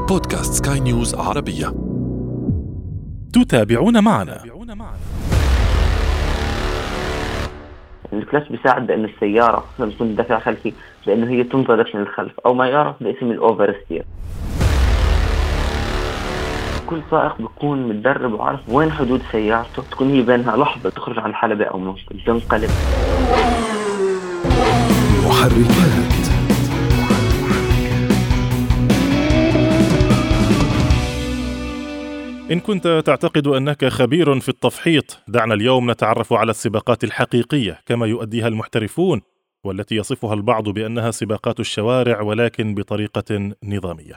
بودكاست سكاي نيوز عربية. تتابعون معنا. الكلاش بيساعد بأن السيارة لما تكون دافع خلفي بأنه هي تنطلق من الخلف أو ما يعرف باسم الأوفر ستير. كل سائق بيكون متدرب وعارف وين حدود سيارته، تكون هي بينها لحظة تخرج عن الحلبة أو ممكن تنقلب. محركات. إن كنت تعتقد أنك خبير في التفحيط، دعنا اليوم نتعرف على السباقات الحقيقية كما يؤديها المحترفون، والتي يصفها البعض بأنها سباقات الشوارع ولكن بطريقة نظامية.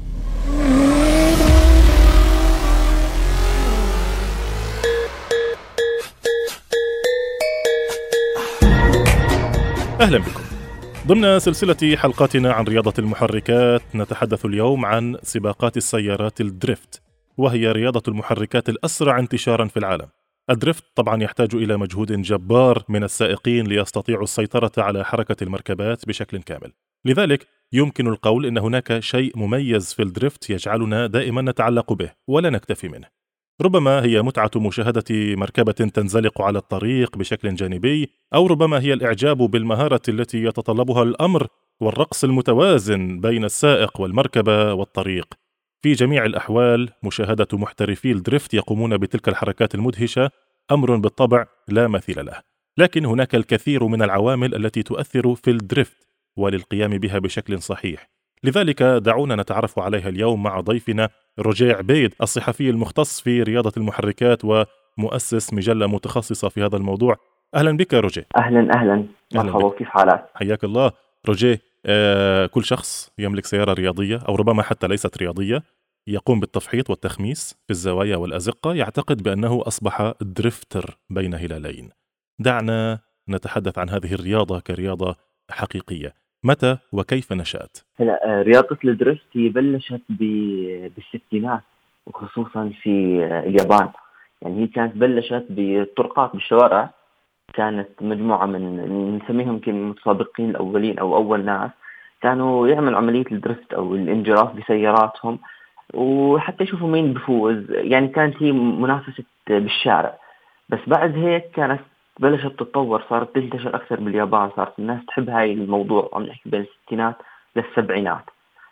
أهلا بكم. ضمن سلسلة حلقاتنا عن رياضة المحركات نتحدث اليوم عن سباقات السيارات الدريفت، وهي رياضة المحركات الأسرع انتشارا في العالم. الدريفت طبعا يحتاج إلى مجهود جبار من السائقين ليستطيعوا السيطرة على حركة المركبات بشكل كامل. لذلك يمكن القول إن هناك شيء مميز في الدريفت يجعلنا دائما نتعلق به ولا نكتفي منه. ربما هي متعة مشاهدة مركبة تنزلق على الطريق بشكل جانبي، أو ربما هي الإعجاب بالمهارة التي يتطلبها الأمر والرقص المتوازن بين السائق والمركبة والطريق. في جميع الأحوال مشاهدة محترفي الدريفت يقومون بتلك الحركات المدهشة أمر بالطبع لا مثيل له، لكن هناك الكثير من العوامل التي تؤثر في الدريفت وللقيام بها بشكل صحيح. لذلك دعونا نتعرف عليها اليوم مع ضيفنا روجيه عبيد، الصحفي المختص في رياضة المحركات ومؤسس مجلة متخصصة في هذا الموضوع. أهلا بك روجيه. أهلا مرحبا، كيف حالك؟ حياك الله روجيه. كل شخص يملك سيارة رياضية أو ربما حتى ليست رياضية يقوم بالتفحيط والتخميس في الزوايا والأزقة يعتقد بأنه أصبح دريفتر بين هلالين. دعنا نتحدث عن هذه الرياضة كرياضة حقيقية. متى وكيف نشأت؟ رياضة الدريفت هي بلشت بالستينات، وخصوصا في اليابان. يعني هي كانت بلشت بالطرقات بالشوارع. كانت مجموعة من نسميهم يمكن متسابقين الأولين أو أول ناس كانوا يعملوا عملية الدريفت أو الانجراف بسياراتهم، وحتى يشوفوا مين بفوز. يعني كانت هي منافسة بالشارع. بس بعد هيك كانت بلشت تتطور، صارت تنتشر أكثر باليابان، صارت الناس تحب هاي الموضوع. عم نحكي بين الستينات للسبعينات.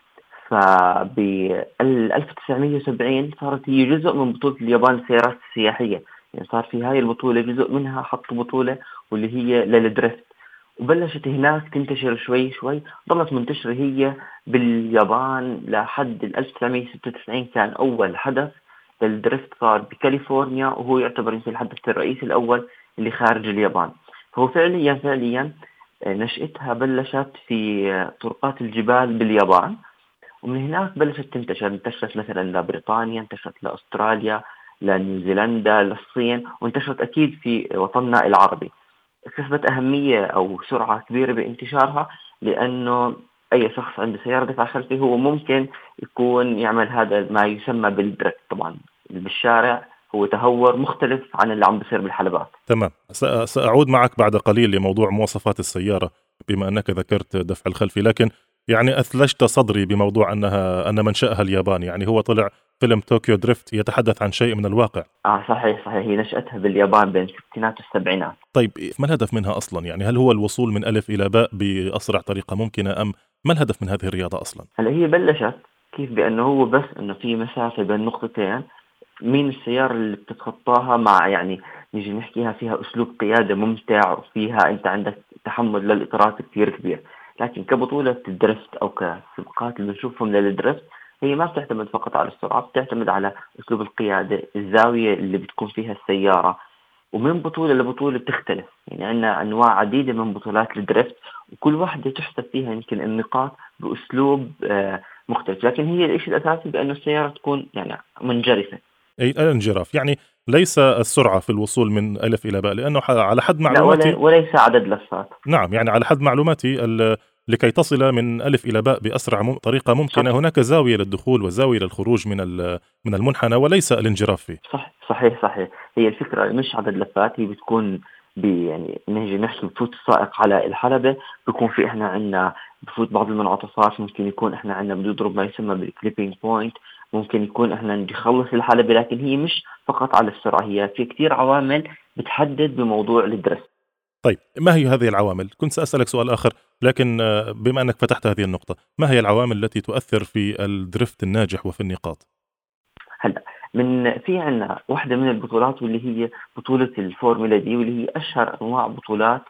فب 1970 صارت هي جزء من بطولة اليابان للسيارات السياحية. يعني صار في هاي البطولة جزء منها حطوا بطولة واللي هي للدريفت، وبلشت هناك تنتشر شوي شوي. ضلت منتشرة هي باليابان لحد 1996. كان أول حدث للدريفت صار بكاليفورنيا، وهو يعتبر يمكن الحدث الرئيسي الأول اللي خارج اليابان. فهو فعليا نشأتها بلشت في طرقات الجبال باليابان، ومن هناك بلشت انتشرت مثلا لبريطانيا، انتشرت لأستراليا، لنيوزيلندا، للصين، وانتشرت أكيد في وطننا العربي. اكتسبت أهمية أو سرعة كبيرة بانتشارها، لأنه أي شخص عنده سيارة دفع خلفي هو ممكن يكون يعمل هذا ما يسمى بالدريفت. طبعا بالشارع هو تهور مختلف عن اللي عم بيصير بالحلبات. تمام. سأعود معك بعد قليل لموضوع مواصفات السيارة بما أنك ذكرت دفع الخلفي، لكن يعني أثلجت صدري بموضوع أن منشأها اليابان. يعني هو طلع فيلم طوكيو دريفت يتحدث عن شيء من الواقع. صحيح. هي نشأتها باليابان بين الستينات والسبعينات. طيب ما الهدف منها أصلا؟ يعني هل هو الوصول من ألف إلى باء بأسرع طريقة ممكنة، أم ما الهدف من هذه الرياضة أصلا؟ هلا هي بلشت كيف؟ بأنه هو بس أنه في مسافة بين نقطتين، مين السيارة اللي بتتخطاها مع يعني نيجي نحكيها فيها أسلوب قيادة ممتع، وفيها أنت عندك تحمل للإطارات كثير كبير. لكن كبطولة الدريفت أو كسباقات اللي بنشوفهم للدريفت هي ما بتعتمد فقط على السرعة، بتعتمد على أسلوب القيادة، الزاوية اللي بتكون فيها السيارة. ومن بطولة لبطولة بتختلف. يعني عندنا أنواع عديدة من بطولات الدريفت، وكل واحدة تحسب فيها يمكن النقاط بأسلوب مختلف. لكن هي الشيء الأساسي بأنه السيارة تكون يعني منجرفة. أي الانجراف، يعني ليس السرعة في الوصول من ألف إلى باء، لأنه على حد لا، معلوماتي وليس عدد لفات. نعم، يعني على حد معلوماتي لكي تصل من ألف إلى باء بأسرع طريقة ممكنة هناك زاوية للدخول وزاوية للخروج من المنحنى وليس الانجراف فيه. صحيح. هي الفكرة مش عدد لفات، هي بتكون يعني نيجي نحكي بفوت السائق على الحلبة، بيكون في إحنا عنا بفوت بعض المنعطفات، ممكن يكون إحنا عنا بنضرب ما يسمى بالكليبينج بوينت، ممكن يكون إحنا بدي خلص الحلبة. لكن هي مش فقط على السرعة، هي في كتير عوامل بتحدد بموضوع الدرس. طيب ما هي هذه العوامل؟ كنت سأسألك سؤال آخر، لكن بما أنك فتحت هذه النقطة، ما هي العوامل التي تؤثر في الدريفت الناجح وفي النقاط؟ هلا في عنا واحدة من البطولات واللي هي بطولة الفورمولا دي، واللي هي أشهر أنواع بطولات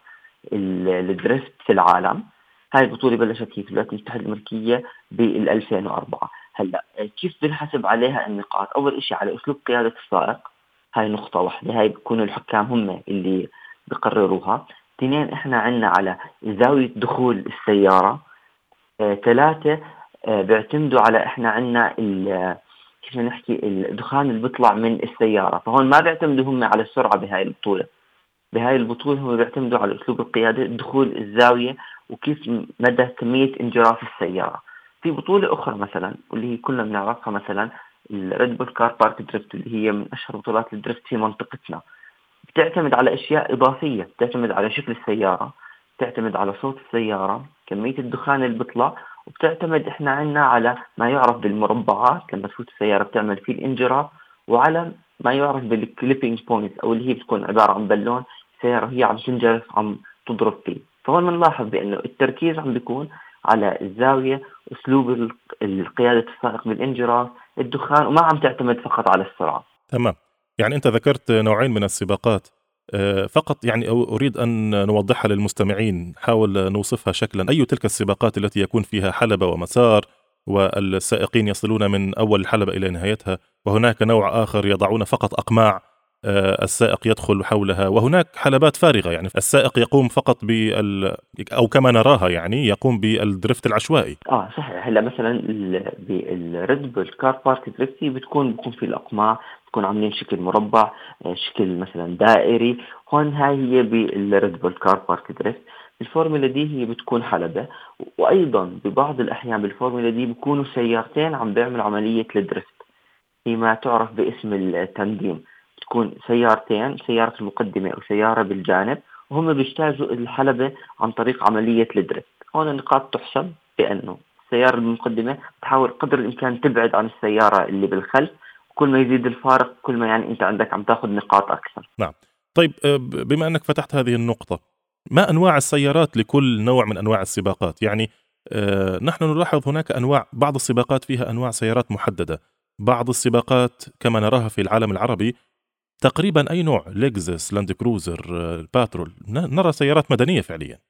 الدريفت في العالم. هاي البطولة بلشت هي في الولايات المتحدة الأمريكية بال 2004. هلا كيف بنحسب عليها النقاط؟ أول إشي على أسلوب قيادة السائق، هاي نقطة واحدة، هاي بيكونوا الحكام هم اللي بقرروها. اثنين، إحنا عنا على زاوية دخول السيارة. ثلاثة، بيعتمدوا على إحنا عنا كيف نحكي الدخان اللي بيطلع من السيارة. فهون ما بيعتمدوا هم على السرعة بهاي البطولة. بهاي البطولة هم بيعتمدوا على أسلوب القيادة، دخول الزاوية، وكيف مدى كمية انجراف السيارة. في بطولة أخرى مثلا واللي هي كلنا بنعرفها، مثلا الريد بول كار بارك دريفت، اللي هي من أشهر بطولات الدريفت في منطقتنا. بتعتمد على أشياء إضافية، بتعتمد على شكل السيارة، بتعتمد على صوت السيارة، كمية الدخان اللي بيطلع، وبتعتمد إحنا عنا على ما يعرف بالمربعات لما تفوت السيارة بتعمل فيه الانجراف، وعلى ما يعرف بالكليبينج بوينت، أو اللي هي بتكون عبارة عن بالون السيارة هي عم تنجرف عم تضرب فيه. فهون بنلاحظ بأنه التركيز عم بيكون على الزاوية، أسلوب القيادة السائق بالانجراف، الدخان، وما عم تعتمد فقط على السرعة. تمام. يعني أنت ذكرت نوعين من السباقات، فقط يعني أريد أن نوضحها للمستمعين، حاول نوصفها شكلا. أي تلك السباقات التي يكون فيها حلبة ومسار والسائقين يصلون من أول الحلبة إلى نهايتها، وهناك نوع آخر يضعون فقط أقماع السائق يدخل حولها، وهناك حلبات فارغة يعني السائق يقوم فقط أو كما نراها يعني يقوم بالدريفت العشوائي. صحيح. هلا مثلا بالريد بول كار بارك دريفتي بتكون في الاقماع، بتكون عاملين شكل مربع، شكل مثلا دائري. هون هاي هي بالريد بول كار بارك دريفت. الفورمولا دي هي بتكون حلبة، وايضا ببعض الاحيان بالفورمولا دي بيكونوا سيارتين عم بيعملوا عملية الدريفت، فيما تعرف باسم التنديم. تكون سيارتين، سيارة المقدمة أو سيارة بالجانب، وهم بيجتازوا الحلبة عن طريق عملية الدريفت. هون النقاط تحسب بأنه السيارة المقدمة تحاول قدر الإمكان تبعد عن السيارة اللي بالخلف، وكل ما يزيد الفارق كل ما يعني أنت عندك عم تاخذ نقاط أكثر. نعم. طيب بما أنك فتحت هذه النقطة، ما أنواع السيارات لكل نوع من أنواع السباقات؟ يعني نحن نلاحظ هناك أنواع، بعض السباقات فيها أنواع سيارات محددة، بعض السباقات كما نراها في العالم العربي تقريبا أي نوع، لكزس، لاند كروزر، الباترول، نرى سيارات مدنية فعليا.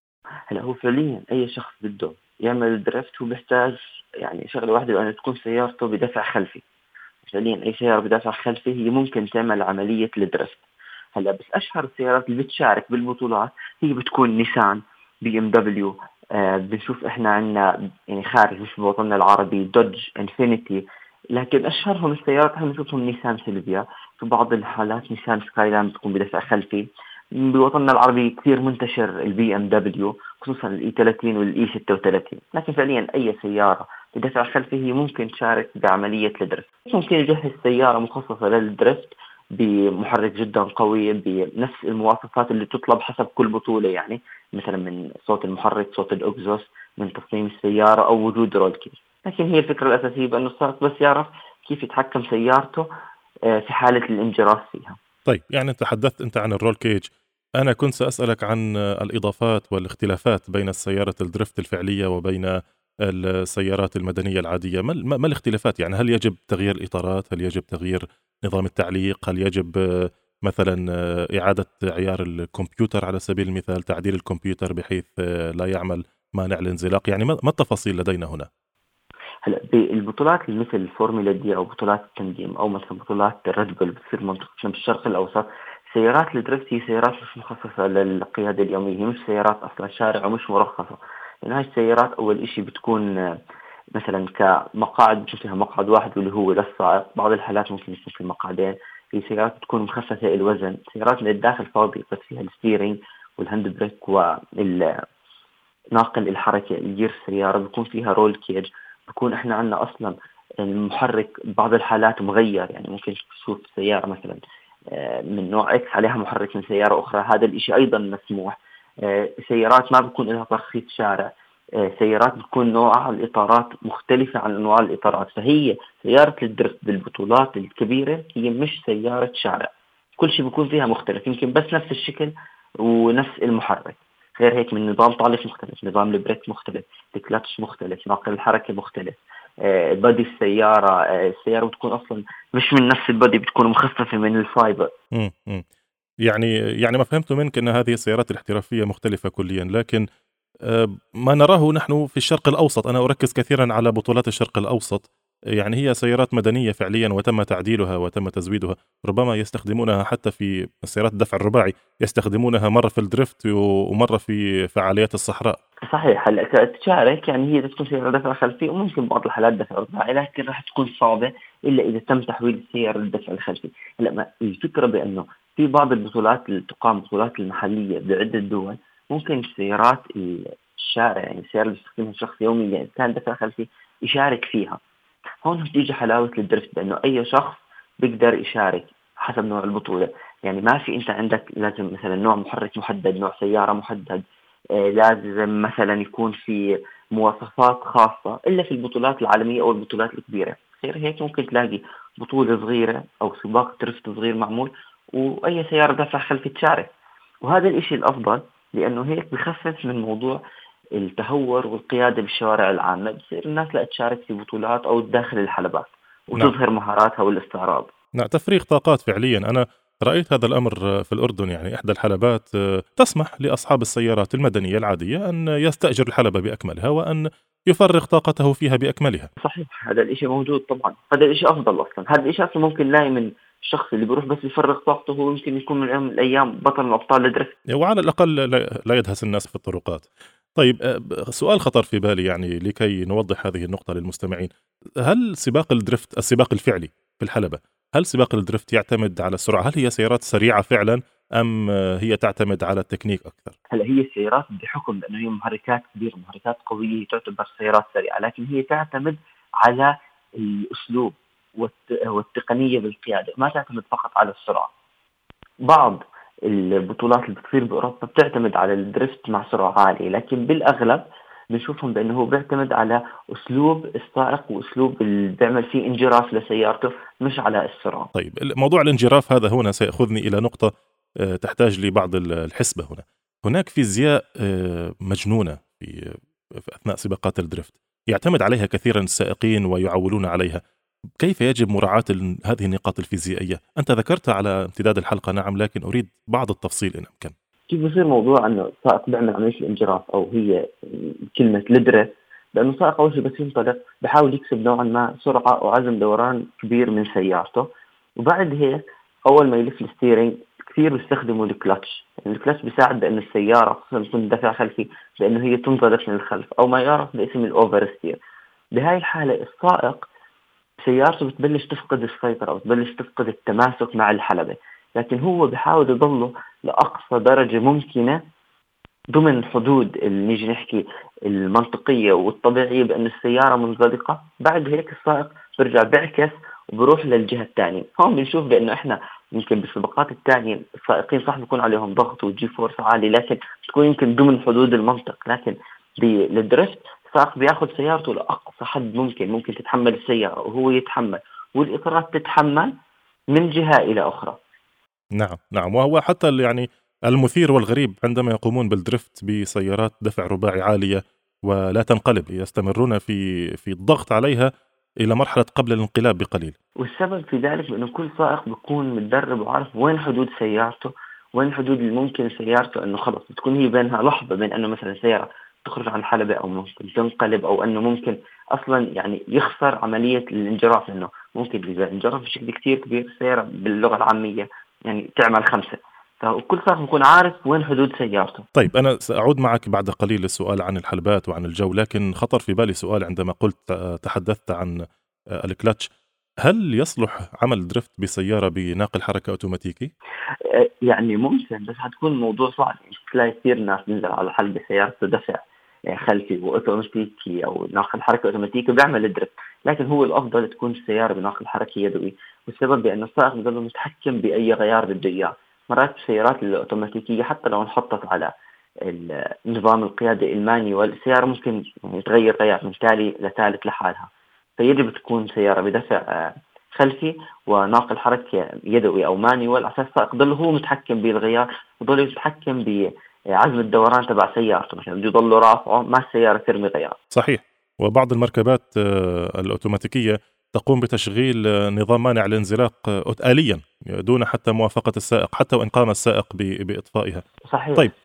هلا هو فعليا أي شخص بده يعمل دريفت هو بيحتاج يعني شغلة واحدة، وأن تكون سيارته بدفع خلفي. فعليا أي سيارة بدافع خلفي هي ممكن تعمل عملية الدريفت. هلا بس أشهر السيارات اللي بتشارك بالبطولات هي بتكون نيسان، بي ام دبليو. بنشوف احنا عندنا يعني خارج مش بوطننا العربي دوج، انفينيتي. لكن أشهرهم السيارات احنا بنشوفهم نيسان سيلفيا، في بعض الحالات نيسان سكايلاند بتكون بدفع خلفي. بوطننا العربي كثير منتشر البي ام دبليو، خصوصا الاي 30 والاي 36. لكن فعليا اي سياره بدفع خلفي هي ممكن تشارك بعمليه الدريفت. ممكن يجهز سياره مخصصه للدريفت بمحرك جدا قوي بنفس المواصفات اللي تطلب حسب كل بطوله، يعني مثلا من صوت المحرك، صوت الاكزوس، من تصميم السياره، او وجود رول كيج. لكن هي الفكره الاساسيه بانه السائق بس يعرف كيف يتحكم سيارته في حاله الانجراف فيها. طيب يعني تحدثت أنت عن الرول كيج، أنا كنت سأسألك عن الإضافات والاختلافات بين السيارة الدريفت الفعلية وبين السيارات المدنية العادية. ما الاختلافات؟ يعني هل يجب تغيير الإطارات؟ هل يجب تغيير نظام التعليق؟ هل يجب مثلا إعادة عيار الكمبيوتر على سبيل المثال، تعديل الكمبيوتر بحيث لا يعمل مانع الانزلاق؟ يعني ما التفاصيل لدينا هنا؟ هلا بالبطولات اللي مثل الفورمولا دي او بطولات التنظيم او مثلا بطولات الريد بول بتصير منطقتنا بالشرق الاوسط، سيارات الدريفت هي سيارات مش مخصصه للقياده اليوميه، هي مش سيارات اصلا شارع ومش مرخصه. لان هاي السيارات اول إشي بتكون مثلا كمقاعد بتشوف فيها مقعد واحد واللي هو للسائق، بعض الحالات ممكن يكون في مقعدين. هي سيارات بتكون مخففه الوزن، سيارات من الداخل فاضي بس فيها الستيرنج والهاند بريك والناقل الحركه الجير السياره، بيكون فيها رول كيج. بكون احنا عندنا اصلا المحرك بعض الحالات مغير، يعني ممكن تشوف سيارة مثلا من نوع اكس عليها محرك من سيارة اخرى، هذا الاشي ايضا مسموح. سيارات ما بيكون لها ترخيص شارع، سيارات بتكون نوع الإطارات مختلفة عن أنواع الإطارات. فهي سيارة الدرفت بالبطولات الكبيرة هي مش سيارة شارع، كل شيء بيكون فيها مختلف، يمكن بس نفس الشكل ونفس المحرك، غير هيك من نظام تعليق مختلف، نظام البريك مختلف، الكلاتش مختلف، ناقل الحركة مختلف، بادي السيارة، السيارة بتكون أصلا مش من نفس البادي، بتكون مخففة من الفايبر. مم. مم. يعني ما فهمت منك أن هذه السيارات الاحترافية مختلفة كليا، لكن ما نراه نحن في الشرق الأوسط، أنا أركز كثيرا على بطولات الشرق الأوسط، يعني هي سيارات مدنية فعليا وتم تعديلها وتم تزويدها، ربما يستخدمونها حتى في سيارات الدفع الرباعي، يستخدمونها مرة في الدريفت ومرة في فعاليات الصحراء. صحيح. هلا تشارك يعني هي تكون سيارة دفع خلفي، وممكن بعض الحالات دفع رباعي، لكن راح تكون صعبة إلا إذا تم تحويل السيارة للدفع الخلفي. هلا الفكرة بأنه في بعض البطولات اللي تقام، بطولات المحلية بعدة دول، ممكن السيارات الشارع، يعني السيارة اللي يستخدمها الشخص يوميا إذا كان دفع خلفي يشارك فيها. هون بتيجي حلاوة الدرفت، بأنه أي شخص بيقدر يشارك حسب نوع البطولة. يعني ما في أنت عندك لازم مثلا نوع محرك محدد، نوع سيارة محدد، لازم مثلا يكون في مواصفات خاصة، إلا في البطولات العالمية أو البطولات الكبيرة. غير هيك ممكن تلاقي بطولة صغيرة أو سباق درفت صغير معمول وأي سيارة دفع خلفي تشارك، وهذا الإشي الأفضل، لأنه هيك بخفف من موضوع التهور والقيادة بالشوارع العامة. بصير الناس لا تشارك في بطولات أو تداخل الحلبات نعم. وتظهر مهاراتها والاستعراض. نعم، تفريغ طاقات فعليا. أنا رأيت هذا الأمر في الأردن، يعني إحدى الحلبات تسمح لأصحاب السيارات المدنية العادية أن يستأجر الحلبة بأكملها وأن يفرغ طاقته فيها بأكملها. صحيح، هذا الإشي موجود طبعا، هذا الإشي أفضل أصلا. هذا الإشي أصلا ممكن نلاقي من الشخص اللي بيروح بس يفرغ طاقته، هو يمكن يكون من يوم من الأيام بطل من أبطال الدرفت. وعلى الأقل لا يدهس الناس في الطرقات. طيب، سؤال خطر في بالي يعني لكي نوضح هذه النقطة للمستمعين، هل سباق الدريفت، السباق الفعلي في الحلبة، هل سباق الدريفت يعتمد على السرعة؟ هل هي سيارات سريعة فعلا أم هي تعتمد على التكنيك أكثر؟ هلا هي السيارات بحكم لأنه هي محركات كبيرة، محركات قوية، تعتبر سيارات سريعة، لكن هي تعتمد على الأسلوب والتقنية بالقيادة، ما تعتمد فقط على السرعة. بعض البطولات اللي بتصير بأوروبا بتعتمد على الدريفت مع سرعة عالية، لكن بالأغلب بنشوفهم بأنه هو بيعتمد على أسلوب السائق وأسلوب اللي بيعمل فيه انجراف لسيارته، مش على السرعة. طيب، موضوع الانجراف هذا هنا سيأخذني إلى نقطة تحتاج لبعض الحسبة هنا. هناك فيزياء مجنونة في أثناء سباقات الدريفت، يعتمد عليها كثيرا السائقين ويعولون عليها. كيف يجب مراعاة هذه النقاط الفيزيائية؟ أنت ذكرت على امتداد الحلقة، نعم، لكن أريد بعض التفصيل إن أمكن. كيف بصير موضوع أنه السائق بيعمل عملية الانجراف أو هي كلمة الدريفت؟ لأنه السائق أول شيء بس ينطلق بحاول يكسب نوعا ما سرعة وعزم دوران كبير من سيارته، وبعد هيك أول ما يلف الستيرنج كثير بيستخدموا الكلتش. يعني الكلتش بيساعد بأن السيارة خصوصا تكون دفع خلفي بأنه هي تنطلق من الخلف، أو ما يعرف باسم الأوفر ستير. بهاي الحالة السائق سيارته بتبلش تفقد السيطرة أو تبلش تفقد التماسك مع الحلبة، لكن هو بحاول يضله لأقصى درجة ممكنة ضمن حدود اللي نيجي نحكي المنطقية والطبيعية بأن السيارة منزلقة. بعد هيك السائق برجع بيعكس وبروح للجهة الثانية. هون بنشوف بأنه إحنا يمكن بالسباقات الثانية السائقين صح بيكون عليهم ضغط وجي فورس عالي، لكن تكون يمكن ضمن حدود المنطق. لكن بالدريفت السائق بياخذ سيارته لأقصى حد ممكن تتحمل السيارة وهو يتحمل، والإطارات تتحمل من جهة إلى أخرى. نعم نعم، وهو حتى يعني المثير والغريب عندما يقومون بالدريفت بسيارات دفع رباعي عالية ولا تنقلب، يستمرون في الضغط عليها إلى مرحلة قبل الانقلاب بقليل. والسبب في ذلك بأنه كل سائق بيكون متدرب وعارف وين حدود سيارته، وين الحدود اللي ممكن سيارته أنه خلص بتكون هي بينها لحظة بين أنه مثلا سيارة تخرج عن الحلبة أو ممكن تنقلب، أو أنه ممكن أصلا يعني يخسر عملية الانجراف، إنه ممكن إذا انجرف بشكل كتير كبير السيارة باللغة العامية يعني تعمل خمسة. فكل سائق يكون عارف وين حدود سيارته. طيب، أنا سأعود معك بعد قليل للسؤال عن الحلبات وعن الجو، لكن خطر في بالي سؤال عندما قلت تحدثت عن الكلاتش. هل يصلح عمل دريفت بسيارة بناقل حركة أوتوماتيكي؟ يعني ممكن، بس حتكون الموضوع صعب. يعني تلاقي كثير ناس نزل على حلبة سيارته دفع خلفي واوتوماتيكي او ناقل حركه اوتوماتيكي بيعمل الدريفت، لكن هو الافضل تكون السياره بناقل حركه يدوي. والسبب بانه السائق بضل متحكم باي غيار بده اياه. مرات السيارات الاوتوماتيكيه حتى لو انحطت على نظام القياده المانيوال السياره ممكن يعني تغير غيار من تالي لثالث لحالها. فيجب تكون سياره بدفع خلفي وناقل حركه يدوي او مانيوال، على اساس السائق يضل هو متحكم بالغيار ويضل يتحكم بعزم الدوران تبع سيارته، مثلا بده يضل رافعه ما السياره ترمي غيار. صحيح. وبعض المركبات الأوتوماتيكية تقوم بتشغيل نظام مانع الانزلاق آليا دون حتى موافقة السائق، حتى وإن قام السائق بإطفائها. صحيح. طيب،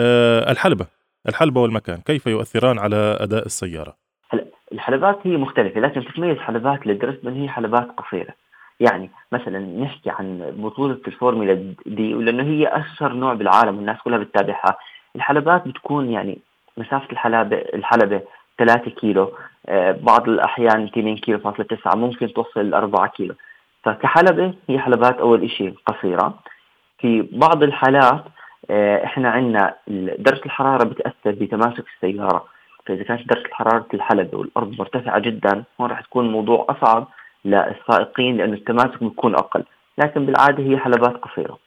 الحلبة والمكان كيف يؤثران على أداء السيارة؟ هلا الحلبات هي مختلفة، لكن تتميز حلبات الدريفت من هي حلبات قصيرة. يعني مثلا نحكي عن بطولة الفورمولا دي، ولأنه هي أشهر نوع بالعالم والناس كلها بتتابعها. الحلبات بتكون يعني مسافة الحلبة 3 كيلو، بعض الأحيان 2 كيلو فاصلة 9، ممكن توصل 4 كيلو. فكحلبة هي حلبات أول إشي قصيرة. في بعض الحالات احنا عندنا درجة الحرارة بتأثر بتماسك السيارة. فإذا كانت درجة حرارة الحلبة والأرض مرتفعة جدا هون راح تكون الموضوع أصعب للسائقين لأن التماسك بيكون أقل، لكن بالعادة هي حلبات قصيرة.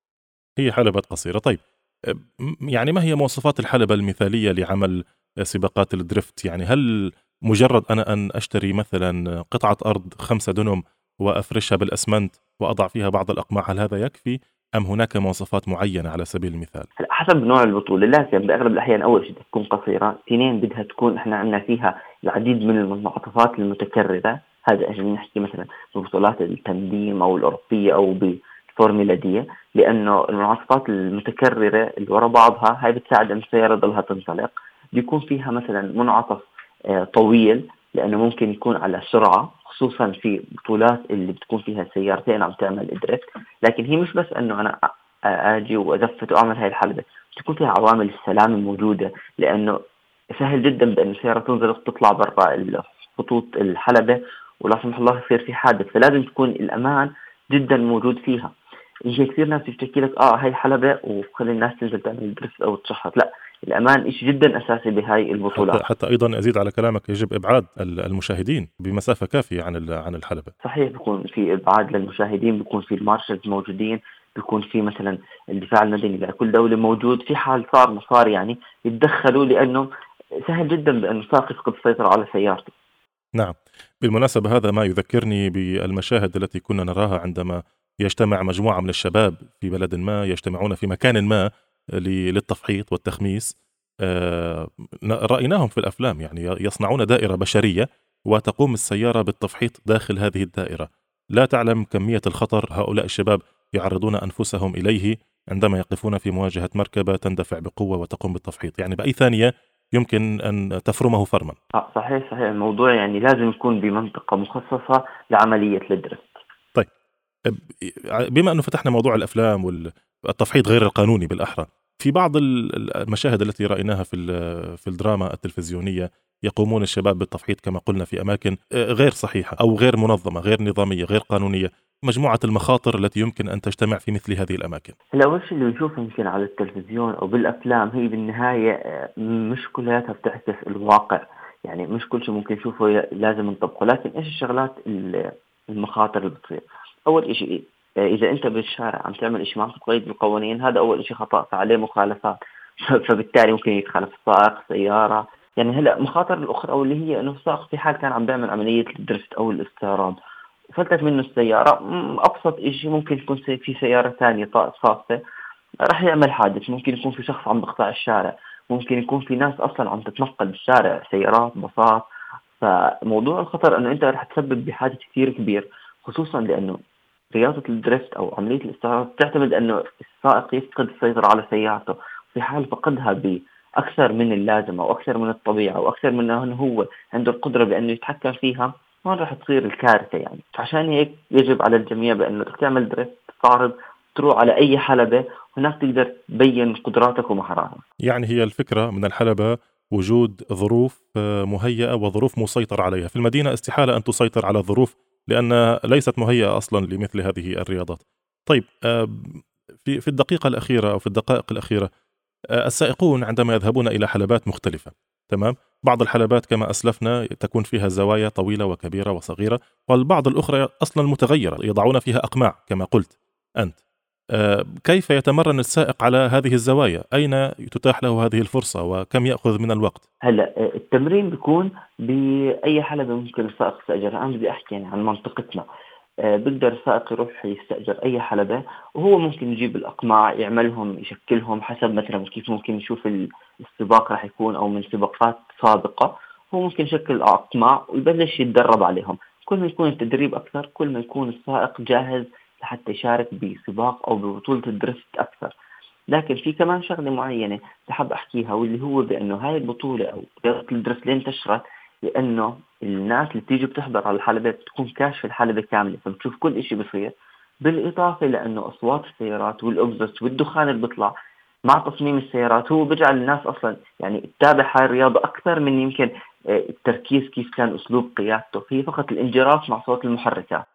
هي حلبات قصيرة. طيب، يعني ما هي مواصفات الحلبة المثالية لعمل سباقات الدريفت؟ يعني هل مجرد أنا أن أشتري مثلا قطعة أرض 5 دنم وأفرشها بالأسمنت وأضع فيها بعض الأقماع، هل هذا يكفي أم هناك مواصفات معينة على سبيل المثال؟ هلا حسب نوع البطولة، لكن بأغلب الأحيان أول شيء تكون قصيرة، اثنين بدها تكون احنا عندنا فيها العديد من المنعطفات المتكررة. هذا عشان نحكي مثلا ببطولات التنظيم أو الأوروبية أو بالفورمولا دي، لأنه المنعطفات المتكررة اللي وراء بعضها هاي بتساعد أن السيارة ضلها تنطلق. بيكون فيها مثلا منعطف طويل لأنه ممكن يكون على سرعة، خصوصا في بطولات اللي بتكون فيها سيارتين عم تعمل دريفت. لكن هي مش بس أنه أنا اجي وازفت واعمل هاي الحلبة، تكون فيها عوامل السلامة موجودة، لانه سهل جدا بان السيارة تنزلق تطلع برا خطوط الحلبة ولا سمح الله يصير في حادث. فلازم تكون الامان جدا موجود فيها. يجي كثير ناس بتحكي لك هاي حلبة وخلي الناس تنزل تعمل دريفت او تشحط، لا، الامان شيء جدا اساسي بهاي البطولات. حتى ايضا ازيد على كلامك، يجب ابعاد المشاهدين بمسافة كافية عن الحلبة. صحيح، بيكون في ابعاد للمشاهدين، بيكون في المارشلز موجودين، بيكون في مثلا الدفاع المدني لكل دولة موجود. في حال صار مصاري يعني يتدخلوا، لأنه سهل جدا بأنه سائق يفقد السيطرة على سيارته. نعم. بالمناسبة هذا ما يذكرني بالمشاهد التي كنا نراها عندما يجتمع مجموعة من الشباب في بلد ما، يجتمعون في مكان ما للتفحيط والتخميس. رأيناهم في الأفلام، يعني يصنعون دائرة بشرية وتقوم السيارة بالتفحيط داخل هذه الدائرة. لا تعلم كمية الخطر هؤلاء الشباب يعرضون أنفسهم إليه عندما يقفون في مواجهة مركبة تندفع بقوة وتقوم بالتفحيط، يعني بأي ثانية يمكن أن تفرمه فرما. صحيح. الموضوع يعني لازم يكون بمنطقة مخصصة لعملية الدريفت. طيب، بما أنه فتحنا موضوع الأفلام والتفحيط غير القانوني بالأحرى، في بعض المشاهد التي رأيناها في الدراما التلفزيونية يقومون الشباب بالتفحيط كما قلنا في أماكن غير صحيحة أو غير منظمة، غير نظامية، غير قانونية. مجموعة المخاطر التي يمكن أن تجتمع في مثل هذه الأماكن. هلا أول شيء اللي بنشوفه يمكن على التلفزيون أو بالأفلام هي بالنهاية مش كلها بتعكس الواقع. يعني مش كل شيء ممكن نشوفه لازم نطبقه. لكن إيش الشغلات المخاطر اللي بتصير؟ أول شيء إذا أنت بالشارع عم تعمل إشي ما تقيد بالقوانين، هذا أول شيء خطأ، فعليه مخالفات. فبالتالي ممكن يتخالف السائق سيارة. يعني هلا مخاطر الأخرى أو اللي هي إنه السائق في حال كان عم بيعمل عملية الدريفت أو الاستعراض فلتت منه السيارة، أبسط إشي ممكن يكون في سيارة ثانية صافة راح يعمل حادث. ممكن يكون في شخص عم بقطع الشارع، ممكن يكون في ناس أصلا عم تتنقل بالشارع، سيارات، باصات. فموضوع الخطر أنه أنت راح تسبب بحادث كثير كبير، خصوصا لأنه رياضة الدريفت أو عملية الاستعراض تعتمد أنه السائق يفقد السيطرة على سيارته. في حال فقدها بأكثر من اللازم أو أكثر من الطبيعة أو أكثر من أنه هو عنده القدرة بأنه يتحكم فيها، ما راح تصير الكارثة. يعني عشان هيك يجب على الجميع بأنه تعمل دريفت، تعرض، تروح على أي حلبة هناك تقدر تبين قدراتك ومهاراتك. يعني هي الفكرة من الحلبة وجود ظروف مهيئة وظروف مسيطر عليها. في المدينة استحالة أن تسيطر على الظروف لأنها ليست مهيئة أصلا لمثل هذه الرياضات. طيب، في الدقيقة الأخيرة أو في الدقائق الأخيرة، السائقون عندما يذهبون إلى حلبات مختلفة تمام. بعض الحلبات كما أسلفنا تكون فيها زوايا طويلة وكبيرة وصغيرة، والبعض الأخرى أصلا متغيرة يضعون فيها أقماع كما قلت أنت. كيف يتمرن السائق على هذه الزوايا؟ أين تتاح له هذه الفرصة وكم يأخذ من الوقت؟ هلا التمرين بيكون بأي حلبة ممكن السائق يستأجرها. أنا بدي أحكي يعني عن منطقتنا. بيقدر السائق يروح يستأجر أي حلبة، وهو ممكن يجيب الأقماع يعملهم يشكلهم حسب مثلا كيف ممكن يشوف السباق راح يكون أو من سباقات سابقة. هو ممكن يشكل أقماع ويبلش يتدرب عليهم. كل ما يكون التدريب أكثر كل ما يكون السائق جاهز لحتى يشارك بسباق أو ببطولة الدريفت أكثر. لكن في كمان شغلة معينة بحب أحكيها، واللي هو بأنه هاي البطولة أو رياضة الدريفت ليه انتشرت؟ لأنه الناس اللي بتيجي بتحضر على الحلبة بتكون كاشفة الحلبة كاملة، فبتشوف كل إشي بصير، بالإضافة لأنه أصوات السيارات والأكزوست والدخان اللي بيطلع مع تصميم السيارات هو بيجعل الناس أصلا يعني تتابع هاي الرياضة أكثر من يمكن التركيز كيف كان أسلوب قيادته. هي فقط الانجراف مع صوت المحركات.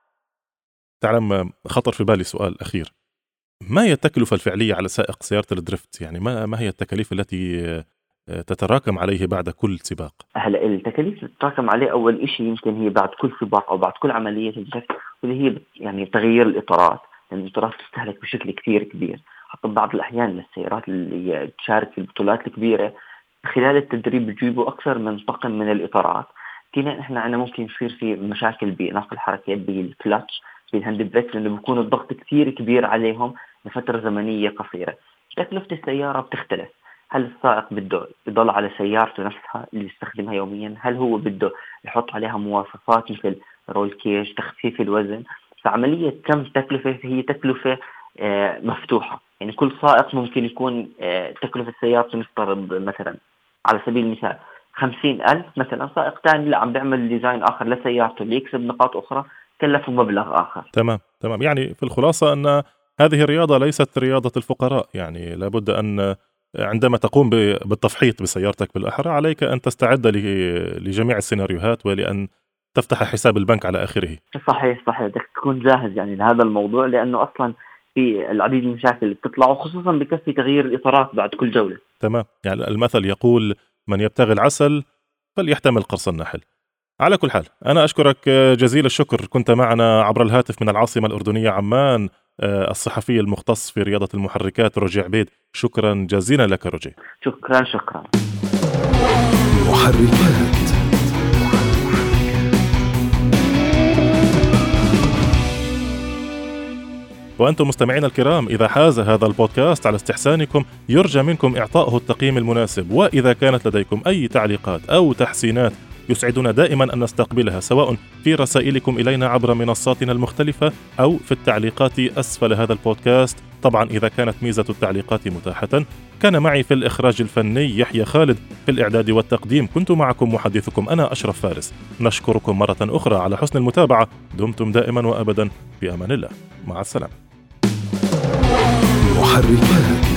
تعلم، خطر في بالي سؤال أخير. ما هي التكلفة الفعلية على سائق سيارة الدريفت؟ يعني ما هي التكاليف التي تتراكم عليه بعد كل سباق؟ هلا التكاليف اللي تتراكم عليه أول إشي يمكن هي بعد كل سباق أو بعد كل عملية الدريفت، واللي هي يعني تغيير الإطارات، لأن الإطارات تستهلك بشكل كثير كبير. حتى بعض الأحيان السيارات اللي تشارك في البطولات الكبيرة خلال التدريب بيجيبوا أكثر من طقم من الإطارات. كنا إحنا عنا ممكن يصير في مشاكل بنقل الحركة بالكلاتش بالهاند بريك، لأنه بيكون الضغط كثير كبير عليهم لفترة زمنية قصيرة. تكلفة السيارة بتختلف. هل السائق بده يضل على سيارته نفسها اللي يستخدمها يوميا؟ هل هو بده يحط عليها مواصفات مثل رول كيج، تخفيف الوزن؟ فعملية كم تكلفة هي تكلفة مفتوحة. يعني كل سائق ممكن يكون تكلفة سيارته نفترض مثلا على سبيل المثال 50,000 مثلا. سائق ثاني لا عم بيعمل ديزاين آخر لسيارته اللي يكسب نقاط أخرى كلفه مبلغ آخر. تمام. يعني في الخلاصة أن هذه الرياضة ليست رياضة الفقراء. يعني لابد أن عندما تقوم بالتفحيط بسيارتك بالأحرى عليك أن تستعد لجميع السيناريوهات ولأن تفتح حساب البنك على آخره. صحيح بدك تكون جاهز يعني لهذا الموضوع، لأنه أصلا في العديد من المشاكل اللي بتطلع، وخصوصا بكفي تغيير الإطارات بعد كل جولة. تمام. يعني المثل يقول من يبتغي العسل فليحتمل قرص النحل. على كل حال أنا أشكرك جزيل الشكر. كنت معنا عبر الهاتف من العاصمة الأردنية عمان الصحفي المختص في رياضة المحركات روجي عبيد. شكرا جزيلا لك روجي. شكرا. محركات. وأنتم مستمعين الكرام، إذا حاز هذا البودكاست على استحسانكم يرجى منكم إعطائه التقييم المناسب، وإذا كانت لديكم أي تعليقات أو تحسينات يسعدنا دائما أن نستقبلها، سواء في رسائلكم إلينا عبر منصاتنا المختلفة أو في التعليقات أسفل هذا البودكاست. طبعا إذا كانت ميزة التعليقات متاحة. كان معي في الإخراج الفني يحيى خالد، في الإعداد والتقديم كنت معكم محدثكم أنا أشرف فارس. نشكركم مرة أخرى على حسن المتابعة. دمتم دائما وأبدا في أمان الله. مع السلامة. محركات.